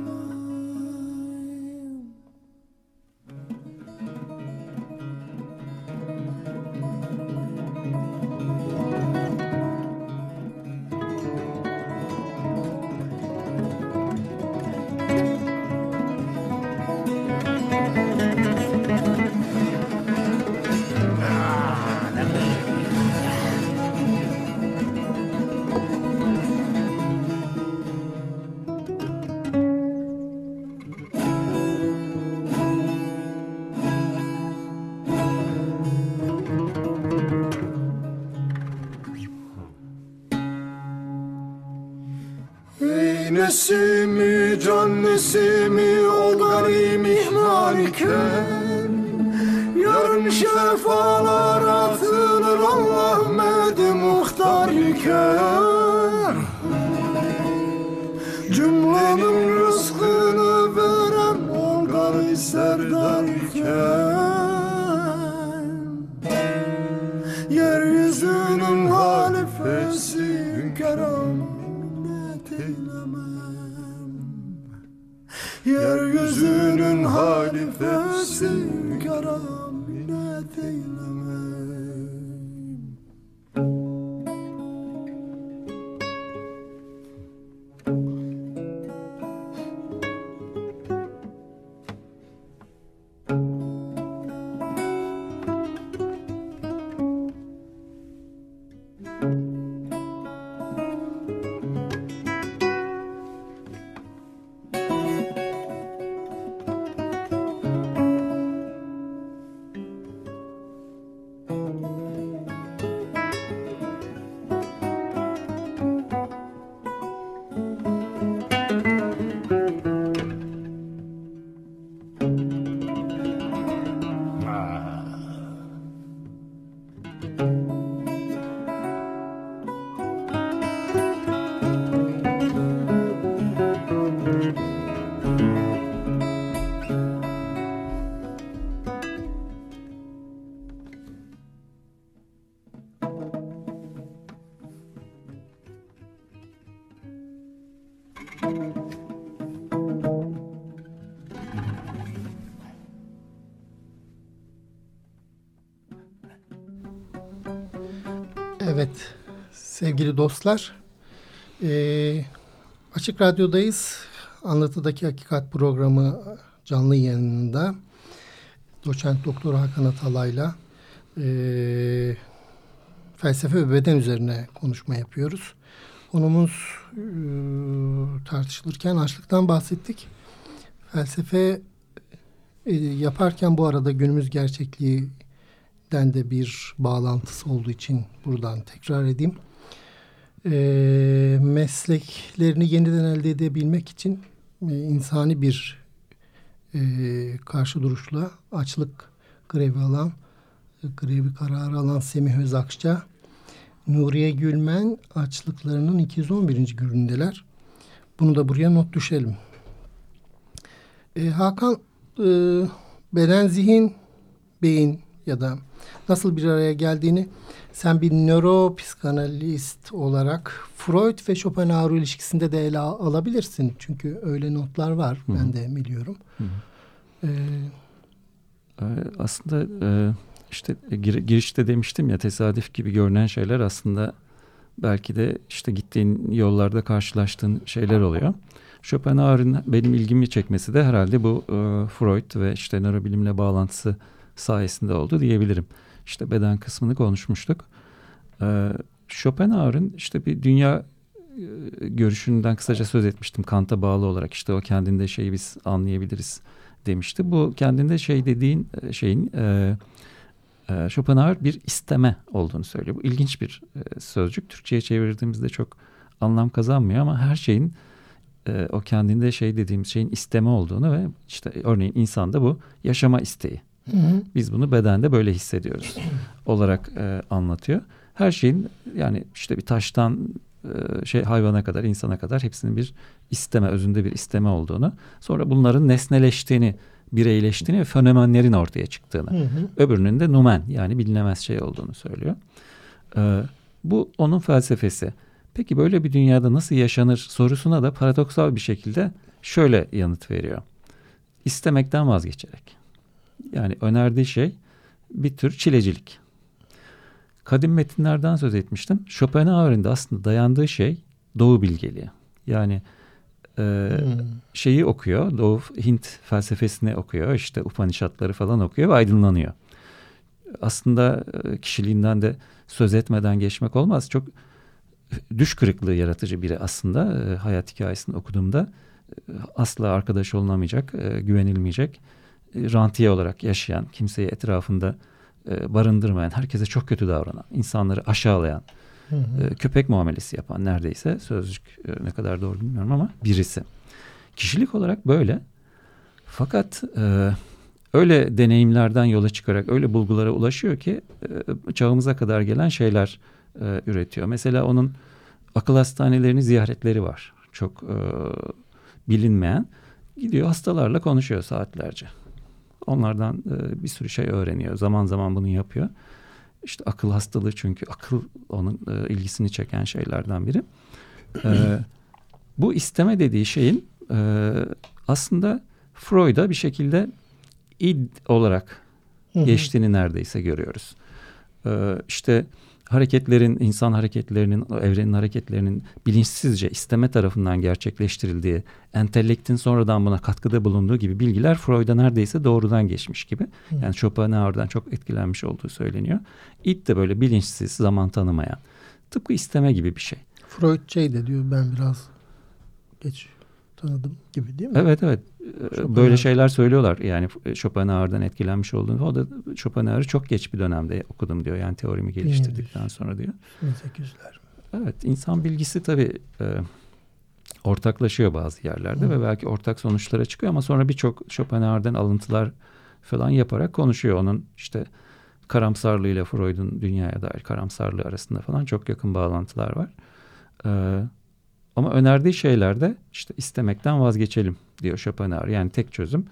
Nesimi can nesimi ol garip ihmal iken, yarın şefalar atılır Allah medi muhtar iken. Cümlenin rızkını veren ol garip serdar iken. Yeryüzüne Yeryüzünün halifesi kara minnet eylemem. Evet, sevgili dostlar, e, Açık Radyo'dayız. Anlatıdaki Hakikat programı canlı yayınında Doçent Doktor Hakan Atalay'la e, felsefe ve beden üzerine konuşma yapıyoruz. Konumuz e, tartışılırken açlıktan bahsettik. Felsefe e, yaparken bu arada günümüz gerçekliği de bir bağlantısı olduğu için buradan tekrar edeyim. E, mesleklerini yeniden elde edebilmek için e, insani bir e, karşı duruşla açlık grevi alan, grevi kararı alan Semih Özakça, Nuriye Gülmen açlıklarının iki yüz on birinci günündeler. Bunu da buraya not düşelim. E, Hakan, e, beden, zihin, beyin ya da nasıl bir araya geldiğini sen bir nöropsikanalist olarak Freud ve Schopenhauer ilişkisinde de ele alabilirsin. Çünkü öyle notlar var. Hı. Ben de biliyorum. Ee, aslında e, işte gir, girişte demiştim ya, tesadüf gibi görünen şeyler aslında belki de işte gittiğin yollarda karşılaştığın şeyler oluyor. Schopenhauer'ın benim ilgimi çekmesi de herhalde bu e, Freud ve işte nörobilimle bağlantısı sayesinde oldu diyebilirim. İşte beden kısmını konuşmuştuk. Ee, Schopenhauer'ın işte bir dünya e, görüşünden kısaca söz etmiştim. Kant'a bağlı olarak işte o kendinde şeyi biz anlayabiliriz demişti. Bu kendinde şey dediğin şeyin e, e, Schopenhauer bir isteme olduğunu söylüyor. Bu ilginç bir e, sözcük. Türkçe'ye çevirdiğimizde çok anlam kazanmıyor ama her şeyin e, o kendinde şey dediğimiz şeyin isteme olduğunu ve işte örneğin insanda bu yaşama isteği. Hı hı. Biz bunu bedende böyle hissediyoruz olarak e, anlatıyor. Her şeyin yani işte bir taştan e, şey hayvana kadar insana kadar hepsinin bir isteme, özünde bir isteme olduğunu, sonra bunların nesneleştiğini, bireyleştiğini ve fenomenlerin ortaya çıktığını, hı hı. öbürünün de numen yani bilinemez şey olduğunu söylüyor. E, bu onun felsefesi. Peki böyle bir dünyada nasıl yaşanır sorusuna da paradoksal bir şekilde şöyle yanıt veriyor. İstemekten vazgeçerek. Yani önerdiği şey bir tür çilecilik. Kadim metinlerden söz etmiştim. Schopenhauer'in de aslında dayandığı şey Doğu bilgeliği. Yani e, hmm. şeyi okuyor, Doğu Hint felsefesini okuyor, işte Upanishadları falan okuyor ve aydınlanıyor. Aslında kişiliğinden de söz etmeden geçmek olmaz. Çok düş kırıklığı yaratıcı biri aslında. E, hayat hikayesini okuduğumda e, asla arkadaş olunamayacak, e, güvenilmeyecek, rantiye olarak yaşayan, kimseyi etrafında e, barındırmayan, herkese çok kötü davranan, insanları aşağılayan, hı hı. E, köpek muamelesi yapan neredeyse, sözcük e, ne kadar doğru bilmiyorum ama birisi. Kişilik olarak böyle. Fakat e, öyle deneyimlerden yola çıkarak öyle bulgulara ulaşıyor ki e, çağımıza kadar gelen şeyler e, üretiyor. Mesela onun akıl hastanelerinin ziyaretleri var. Çok e, bilinmeyen. Gidiyor hastalarla konuşuyor saatlerce. Onlardan e, bir sürü şey öğreniyor. Zaman zaman bunu yapıyor. İşte akıl hastalığı, çünkü akıl onun e, ilgisini çeken şeylerden biri. E, bu isteme dediği şeyin e, aslında Freud'a bir şekilde id olarak Hı hı. geçtiğini neredeyse görüyoruz. Ee, işte hareketlerin, insan hareketlerinin, evrenin hareketlerinin bilinçsizce isteme tarafından gerçekleştirildiği, entelektin sonradan buna katkıda bulunduğu gibi bilgiler Freud'a neredeyse doğrudan geçmiş gibi. Hı. Yani Schopenhauer'dan çok etkilenmiş olduğu söyleniyor. İd de böyle bilinçsiz, zaman tanımayan, tıpkı isteme gibi bir şey. Freud şey de diyor, ben biraz geç tanıdım gibi, değil mi? Evet evet. Schopenhauer. Böyle şeyler söylüyorlar. Yani Schopenhauer'dan etkilenmiş olduğunu. O da Schopenhauer'ı çok geç bir dönemde okudum diyor. Yani teorimi geliştirdikten sonra diyor. bin sekiz yüzler. Evet, insan bilgisi tabii e, ortaklaşıyor bazı yerlerde Hı. ve belki ortak sonuçlara çıkıyor ama sonra birçok Schopenhauer'dan alıntılar falan yaparak konuşuyor. Onun işte karamsarlığıyla Freud'un dünyaya dair karamsarlığı arasında falan çok yakın bağlantılar var. E, ama önerdiği şeylerde işte istemekten vazgeçelim diyor Schopenhauer. Yani tek çözüm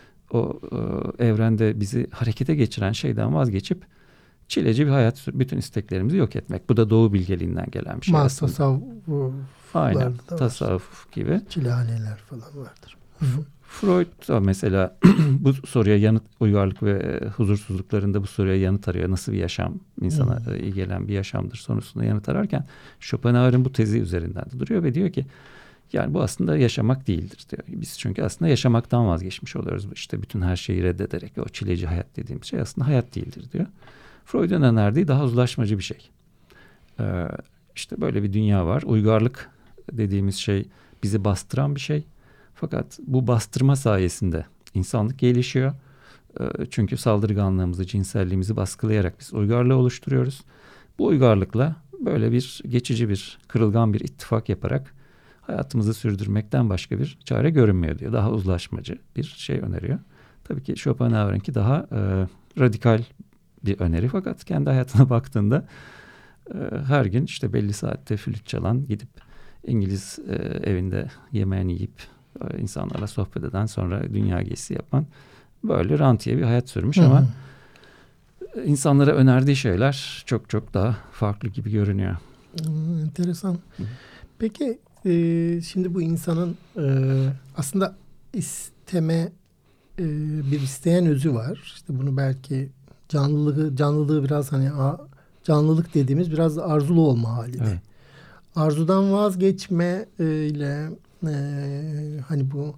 o e, evrende bizi harekete geçiren şeyden vazgeçip çileci bir hayat, bütün isteklerimizi yok etmek. Bu da Doğu bilgeliğinden gelen bir şey Mas aslında. tasavvuflarda Aynen, da tasavvuf gibi. Çilehaneler falan vardır. Hı-hı. Freud da mesela bu soruya yanıt, uygarlık ve huzursuzluklarında bu soruya yanıt arıyor. Nasıl bir yaşam insana Hmm. iyi gelen bir yaşamdır sorusuna yanıt ararken Schopenhauer'ın bu tezi üzerinden de duruyor ve diyor ki yani bu aslında yaşamak değildir diyor. Biz çünkü aslında yaşamaktan vazgeçmiş oluyoruz. İşte bütün her şeyi reddederek o çileci hayat dediğimiz şey aslında hayat değildir diyor. Freud'un önerdiği daha uzlaşmacı bir şey. Ee, işte böyle bir dünya var. Uygarlık dediğimiz şey bizi bastıran bir şey. Fakat bu bastırma sayesinde insanlık gelişiyor. Ee, çünkü saldırganlığımızı, cinselliğimizi baskılayarak biz uygarlığı oluşturuyoruz. Bu uygarlıkla böyle bir geçici bir, kırılgan bir ittifak yaparak hayatımızı sürdürmekten başka bir çare görünmüyor diyor. Daha uzlaşmacı bir şey öneriyor. Tabii ki Schopenhauer'ınki daha e, radikal bir öneri, fakat kendi hayatına baktığında e, her gün işte belli saatte flüt çalan, gidip İngiliz e, evinde yemeğini yiyip e, insanlarla sohbet eden, sonra dünya gezisi yapan, böyle rantiye bir hayat sürmüş. Hı-hı. Ama insanlara önerdiği şeyler çok çok daha farklı gibi görünüyor. Hmm, enteresan. Hı. Peki e, şimdi bu insanın e, aslında isteme e, bir isteyen özü var. İşte bunu belki canlılığı canlılığı biraz hani a, canlılık dediğimiz biraz arzulu olma hali de. Evet. Arzudan vazgeçme e, ile e, hani bu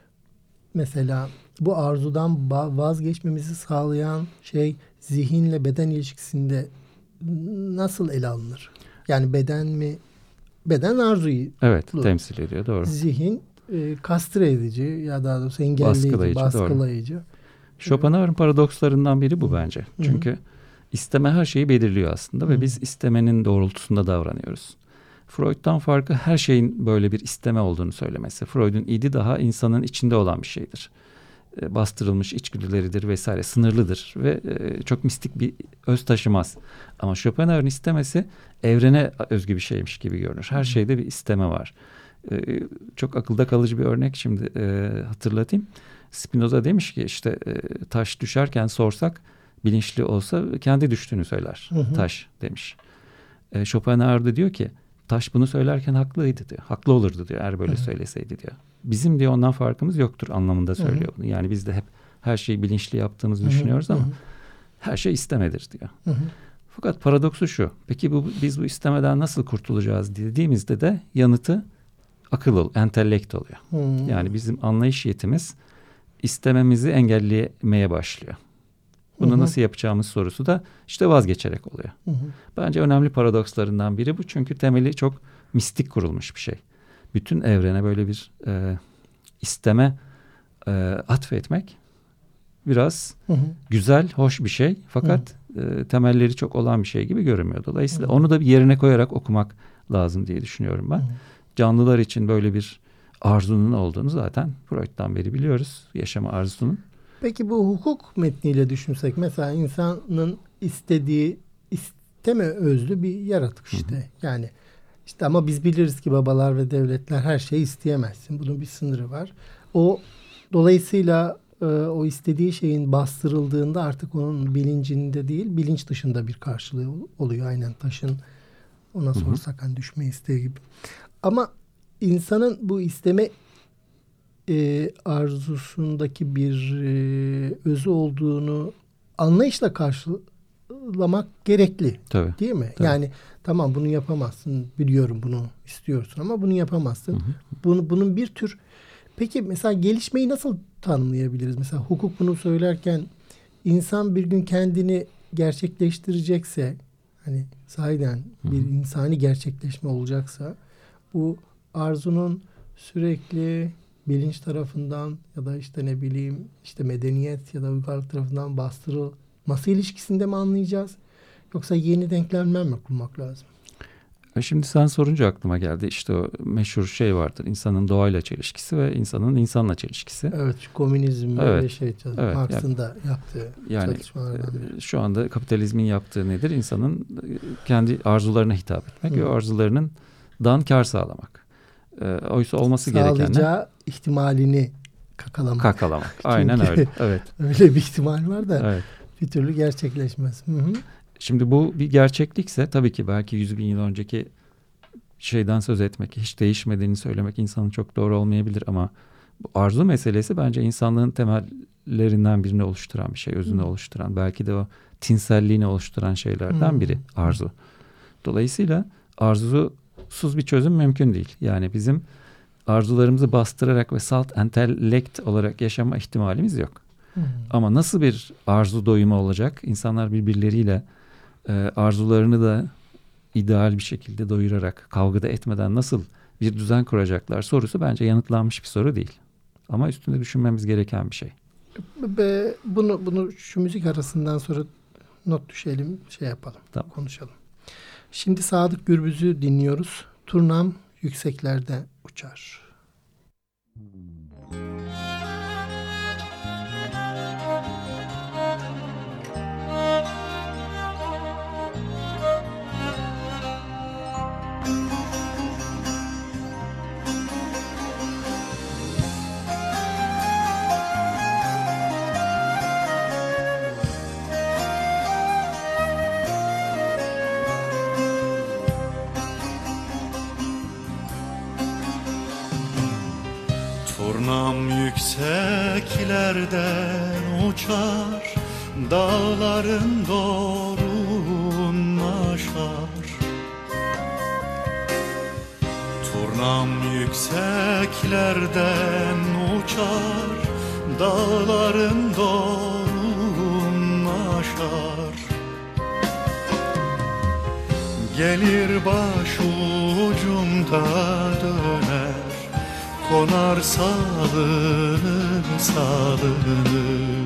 mesela bu arzudan ba- vazgeçmemizi sağlayan şey zihinle beden ilişkisinde nasıl ele alınır? Yani beden mi? Beden arzuyu Evet, temsil ediyor, doğru. Zihin e, kastre edici ya daha doğrusu engelleyici, Baskılayıcı, baskılayıcı. Schopenhauer'ın paradokslarından biri bu Hı. bence. Hı. Çünkü isteme her şeyi belirliyor aslında. Hı. Ve biz istemenin doğrultusunda davranıyoruz. Freud'dan farkı her şeyin böyle bir isteme olduğunu söylemesi. Freud'un idi daha insanın içinde olan bir şeydir. E, bastırılmış içgüdüleridir vesaire, sınırlıdır ve e, çok mistik bir öz taşımaz. Ama Schopenhauer'ın istemesi evrene özgü bir şeymiş gibi görünür. Her şeyde bir isteme var. E, çok akılda kalıcı bir örnek şimdi e, hatırlatayım. Spinoza demiş ki işte e, taş düşerken sorsak, bilinçli olsa kendi düştüğünü söyler. Hı hı. Taş demiş. E, Schopenhauer da diyor ki taş bunu söylerken haklıydı diyor. Haklı olurdu diyor eğer böyle hı hı. söyleseydi diyor. Bizim diyor ondan farkımız yoktur anlamında söylüyor bunu. Yani biz de hep her şeyi bilinçli yaptığımızı hı hı. düşünüyoruz ama hı hı. her şey istemedir diyor. Hı hı. Fakat paradoksu şu. Peki bu, biz bu istemeden nasıl kurtulacağız dediğimizde de yanıtı akıl ol, entellekt oluyor. Hmm. Yani bizim anlayış yetimiz istememizi engellemeye başlıyor. Bunu hı hı. nasıl yapacağımız sorusu da işte vazgeçerek oluyor. Hı hı. Bence önemli paradokslarından biri bu. Çünkü temeli çok mistik kurulmuş bir şey. Bütün evrene böyle bir e, isteme e, atfetmek biraz hı hı. güzel, hoş bir şey. Fakat e, temelleri çok olan bir şey gibi görünmüyor. Dolayısıyla hı hı. onu da bir yerine koyarak okumak lazım diye düşünüyorum ben. Hı hı. Canlılar için böyle bir arzunun olduğunu zaten Freud'dan beri biliyoruz. Yaşama arzusunun. Peki bu hukuk metniyle düşünsek, mesela insanın istediği isteme özlü bir yaratık işte. Hı hı. Yani işte ama biz biliriz ki babalar ve devletler her şeyi isteyemezsin. Bunun bir sınırı var. O dolayısıyla e, o istediği şeyin bastırıldığında artık onun bilincinde değil, bilinç dışında bir karşılığı oluyor. Aynen taşın ona sorsak hani düşme isteği gibi. Ama insanın bu isteme e, arzusundaki bir e, özü olduğunu anlayışla karşılamak gerekli. Tabii. Değil mi? Tabii. Yani tamam bunu yapamazsın, biliyorum bunu istiyorsun ama bunu yapamazsın. Hı hı. Bunu, bunun bir tür... Peki mesela gelişmeyi nasıl tanımlayabiliriz? Mesela hukuk bunu söylerken insan bir gün kendini gerçekleştirecekse, hani sahiden bir Hı hı. insani gerçekleşme olacaksa, bu arzunun sürekli bilinç tarafından ya da işte ne bileyim işte medeniyet ya da uygarlık tarafından bastırılması ilişkisinde mi anlayacağız? Yoksa yeni denklemler mi kurmak lazım? Şimdi sen sorunca aklıma geldi. İşte o meşhur şey vardır. İnsanın doğayla çelişkisi ve insanın insanla çelişkisi. Evet, komünizm Evet, ve şey, evet, Marx'ın yani, da yaptığı yani çalışmalardan biri. şu anda kapitalizmin yaptığı nedir? İnsanın kendi arzularına hitap etmek Hı. ve arzularının dan kar sağlamak. E, oysa olması gereken sağlayacağı ihtimalini kakalamak. Kakalamak. Aynen öyle. Evet. Öyle bir ihtimal var da evet. bir türlü gerçekleşmez. Hı hı. Şimdi bu bir gerçeklikse tabii ki belki yüz bin yıl önceki şeyden söz etmek, hiç değişmediğini söylemek insanın çok doğru olmayabilir ama bu arzu meselesi bence insanlığın temellerinden birini oluşturan bir şey, özünü hmm. oluşturan, belki de o tinselliğini oluşturan şeylerden hmm. biri arzu. Dolayısıyla arzusuz bir çözüm mümkün değil. Yani bizim arzularımızı bastırarak ve salt entellekt olarak yaşama ihtimalimiz yok. Hmm. Ama nasıl bir arzu doyumu olacak? İnsanlar birbirleriyle e, arzularını da ideal bir şekilde doyurarak, kavga da etmeden nasıl bir düzen kuracaklar sorusu bence yanıtlanmış bir soru değil. Ama üstünde düşünmemiz gereken bir şey. Ve bunu bunu şu müzik arasından sonra not düşelim, şey yapalım, tamam. konuşalım. Şimdi Sadık Gürbüz'ü dinliyoruz. Turnam yükseklerde uçar. Turnam yükseklerden uçar, dağların dorun aşar. Turnam yükseklerden uçar, dağların dorun aşar. Gelir başucumda döner, konar salını salını.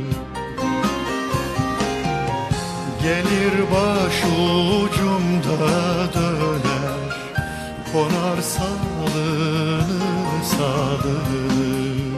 Gelir başucumda döner, konar salını salını.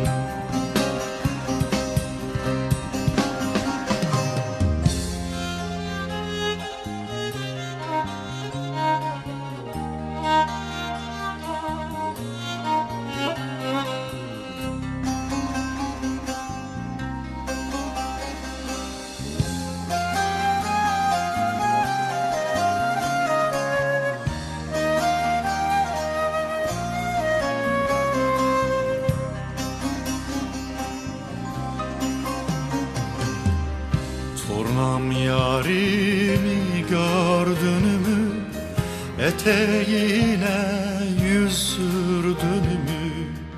Turnam yarimi gördün mü, eteğine yüz sürdün mü?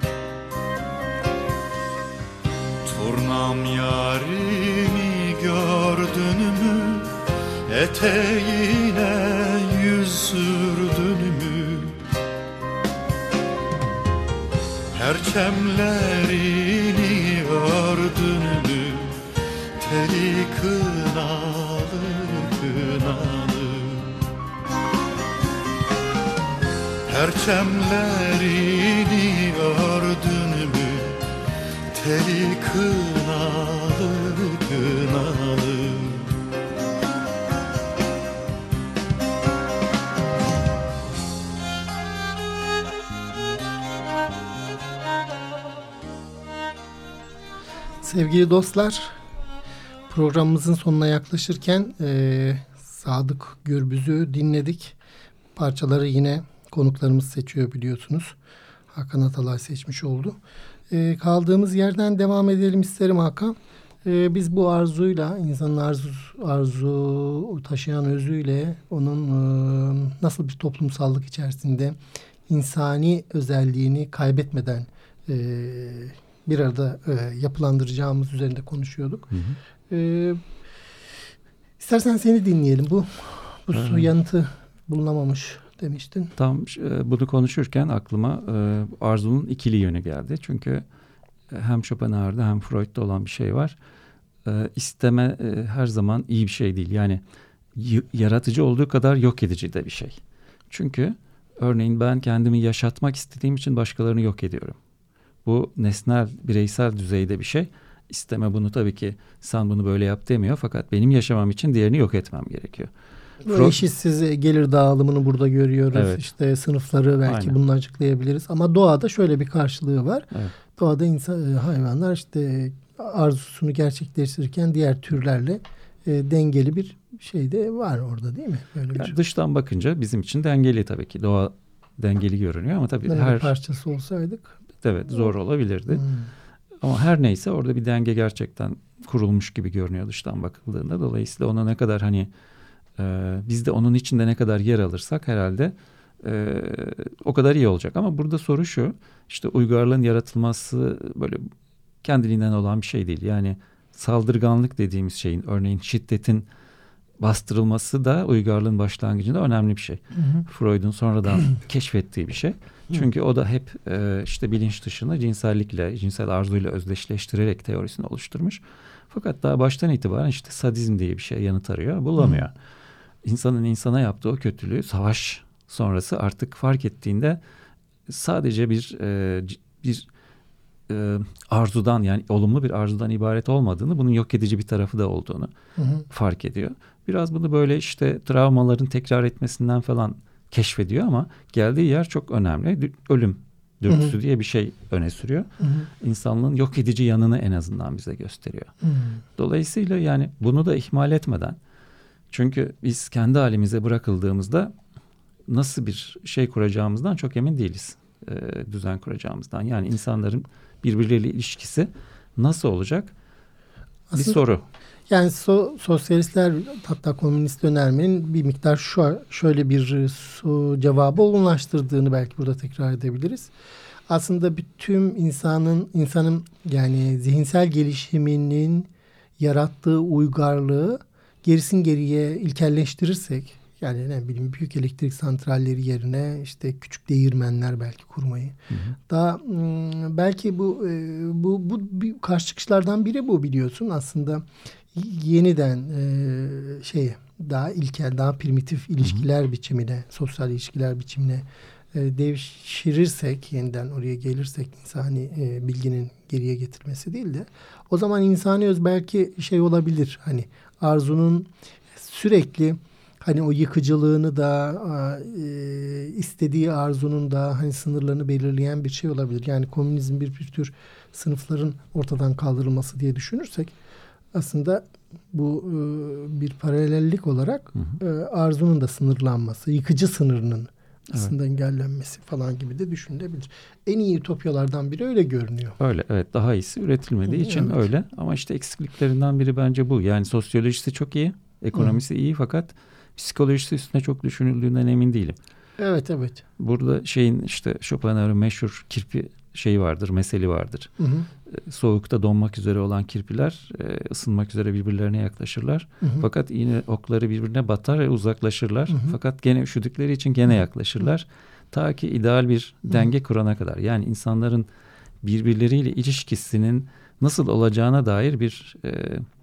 Turnam yarimi gördün mü, eteğine yüz sürdün mü? Perçemlerini ördün mü, teli kınalı kınalı? Perçemlerini ördün mü, teli kınalı kınalı? Sevgili dostlar, programımızın sonuna yaklaşırken e, Sadık Gürbüz'ü dinledik. Parçaları yine konuklarımız seçiyor biliyorsunuz. Hakan Atalay seçmiş oldu. E, kaldığımız yerden devam edelim isterim Hakan. E, biz bu arzuyla, insanın arzu, arzu taşıyan özüyle onun e, nasıl bir toplumsallık içerisinde insani özelliğini kaybetmeden e, bir arada e, yapılandıracağımız üzerinde konuşuyorduk. Hı hı. E, istersen seni dinleyelim. Bu bu hı. yanıtı bulunamamış demiştin. Tam e, bunu konuşurken aklıma e, arzunun ikili yönü geldi. Çünkü hem Schopenhauer'da hem Freud'da olan bir şey var. E, isteme e, her zaman iyi bir şey değil. Yani y- yaratıcı olduğu kadar yok edici de bir şey. Çünkü örneğin ben kendimi yaşatmak istediğim için başkalarını yok ediyorum. Bu nesnel, bireysel düzeyde bir şey. İsteme bunu tabii ki sen bunu böyle yap demiyor. Fakat benim yaşamam için diğerini yok etmem gerekiyor. Freud... Eşitsiz gelir dağılımını burada görüyoruz. Evet. İşte sınıfları belki Aynen. bununla açıklayabiliriz. Ama doğada şöyle bir karşılığı var. Evet. Doğada insan, hayvanlar işte arzusunu gerçekleştirirken diğer türlerle e, dengeli bir şey de var orada değil mi? Böyle yani bir... Dıştan bakınca bizim için dengeli tabii ki. Doğa dengeli görünüyor ama tabii Böyle her bir parçası olsaydık. Evet zor olabilirdi. Hmm. Ama her neyse orada bir denge gerçekten kurulmuş gibi görünüyor dıştan bakıldığında. Dolayısıyla ona ne kadar hani e, biz de onun içinde ne kadar yer alırsak herhalde e, o kadar iyi olacak. Ama burada soru şu, işte uygarlığın yaratılması böyle kendiliğinden olan bir şey değil. Yani saldırganlık dediğimiz şeyin, örneğin şiddetin bastırılması da uygarlığın başlangıcında önemli bir şey. Hı hı. Freud'un sonradan keşfettiği bir şey. Çünkü o da hep e, işte bilinç dışını cinsellikle, cinsel arzuyla özdeşleştirerek teorisini oluşturmuş. Fakat daha baştan itibaren işte sadizm diye bir şey yanıt arıyor, bulamıyor. Hı. İnsanın insana yaptığı o kötülüğü savaş sonrası artık fark ettiğinde sadece bir e, bir e, arzudan, yani olumlu bir arzudan ibaret olmadığını, bunun yok edici bir tarafı da olduğunu hı hı. fark ediyor. Biraz bunu böyle işte travmaların tekrar etmesinden falan keşfediyor ama geldiği yer çok önemli. Ölüm dürtüsü hı hı. diye bir şey öne sürüyor. Hı hı. İnsanlığın yok edici yanını en azından bize gösteriyor. Hı hı. Dolayısıyla yani bunu da ihmal etmeden, çünkü biz kendi halimize bırakıldığımızda nasıl bir şey kuracağımızdan çok emin değiliz. E, düzen kuracağımızdan. Yani insanların birbirleriyle ilişkisi nasıl olacak? Aslında, bir soru. Yani so, sosyalistler, hatta komünist önermenin bir miktar şu şöyle bir so, cevabı olgunlaştırdığını belki burada tekrar edebiliriz. Aslında bütün insanın insanın yani zihinsel gelişiminin yarattığı uygarlığı gerisin geriye ilkelleştirirsek, yani ne bileyim büyük elektrik santralleri yerine işte küçük değirmenler belki kurmayı. Hı hı. Daha belki bu bu bu bir karşı çıkışlardan biri bu, biliyorsun. Aslında yeniden e, şeye daha ilkel, daha primitif ilişkiler hı hı. biçimine, sosyal ilişkiler biçimine e, devşirirsek, yeniden oraya gelirsek, insani e, bilginin geriye getirmesi değil de, o zaman insani öz belki şey olabilir, hani arzunun sürekli hani o yıkıcılığını da e, istediği arzunun da hani sınırlarını belirleyen bir şey olabilir. Yani komünizm bir, bir tür sınıfların ortadan kaldırılması diye düşünürsek, aslında bu e, bir paralellik olarak hı hı. E, arzunun da sınırlanması, yıkıcı sınırının aslında evet. engellenmesi falan gibi de düşünülebilir. En iyi ütopyalardan biri öyle görünüyor. Öyle, evet, daha iyisi üretilmediği hı, için evet. öyle. Ama işte eksikliklerinden biri bence bu. Yani sosyolojisi çok iyi, ekonomisi hı. iyi, fakat psikolojisi üstüne çok düşünüldüğünden emin değilim. Evet, evet. Burada şeyin işte Schopenhauer'ın meşhur kirpi şeyi vardır, meseli vardır. Hı hı. Soğukta donmak üzere olan kirpiler ısınmak üzere birbirlerine yaklaşırlar. Hı hı. Fakat yine okları birbirine batar ve uzaklaşırlar. Hı hı. Fakat gene üşüdükleri için gene yaklaşırlar. Hı hı. Ta ki ideal bir denge hı hı. kurana kadar. Yani insanların birbirleriyle ilişkisinin nasıl olacağına dair bir e,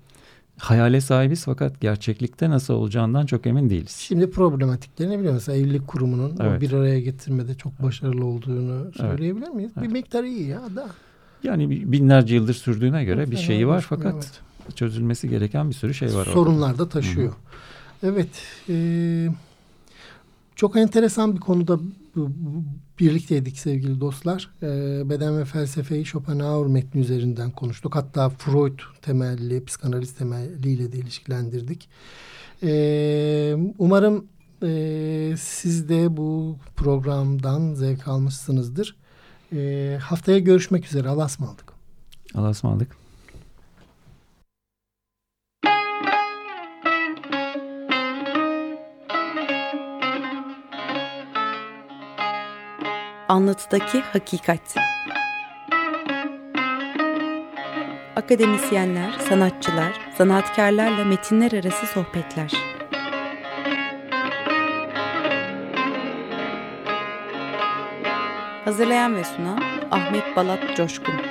hayale sahibiz, fakat gerçeklikte nasıl olacağından çok emin değiliz. Şimdi problematiklerini biliyor musun? Evlilik kurumunun evet. o bir araya getirmede çok başarılı olduğunu söyleyebilir evet. miyiz? Evet. Bir miktar iyi ya da. Yani binlerce yıldır sürdüğüne göre evet, bir şeyi var, fakat evet. çözülmesi gereken bir sürü şey var. Sorunlar da taşıyor. Hı-hı. Evet. E, çok enteresan bir konuda birlikteydik sevgili dostlar. E, beden ve felsefeyi Schopenhauer metni üzerinden konuştuk. Hatta Freud temelli, psikanaliz temelliyle de ilişkilendirdik. E, umarım e, siz de bu programdan zevk almışsınızdır. E, haftaya görüşmek üzere. Allah'a ısmarladık. Allah'a ısmarladık. Anlatıdaki hakikat. Akademisyenler, sanatçılar, sanatkarlarla metinler arası sohbetler. Hazırlayan ve sunan Ahmet Balat Coşkun.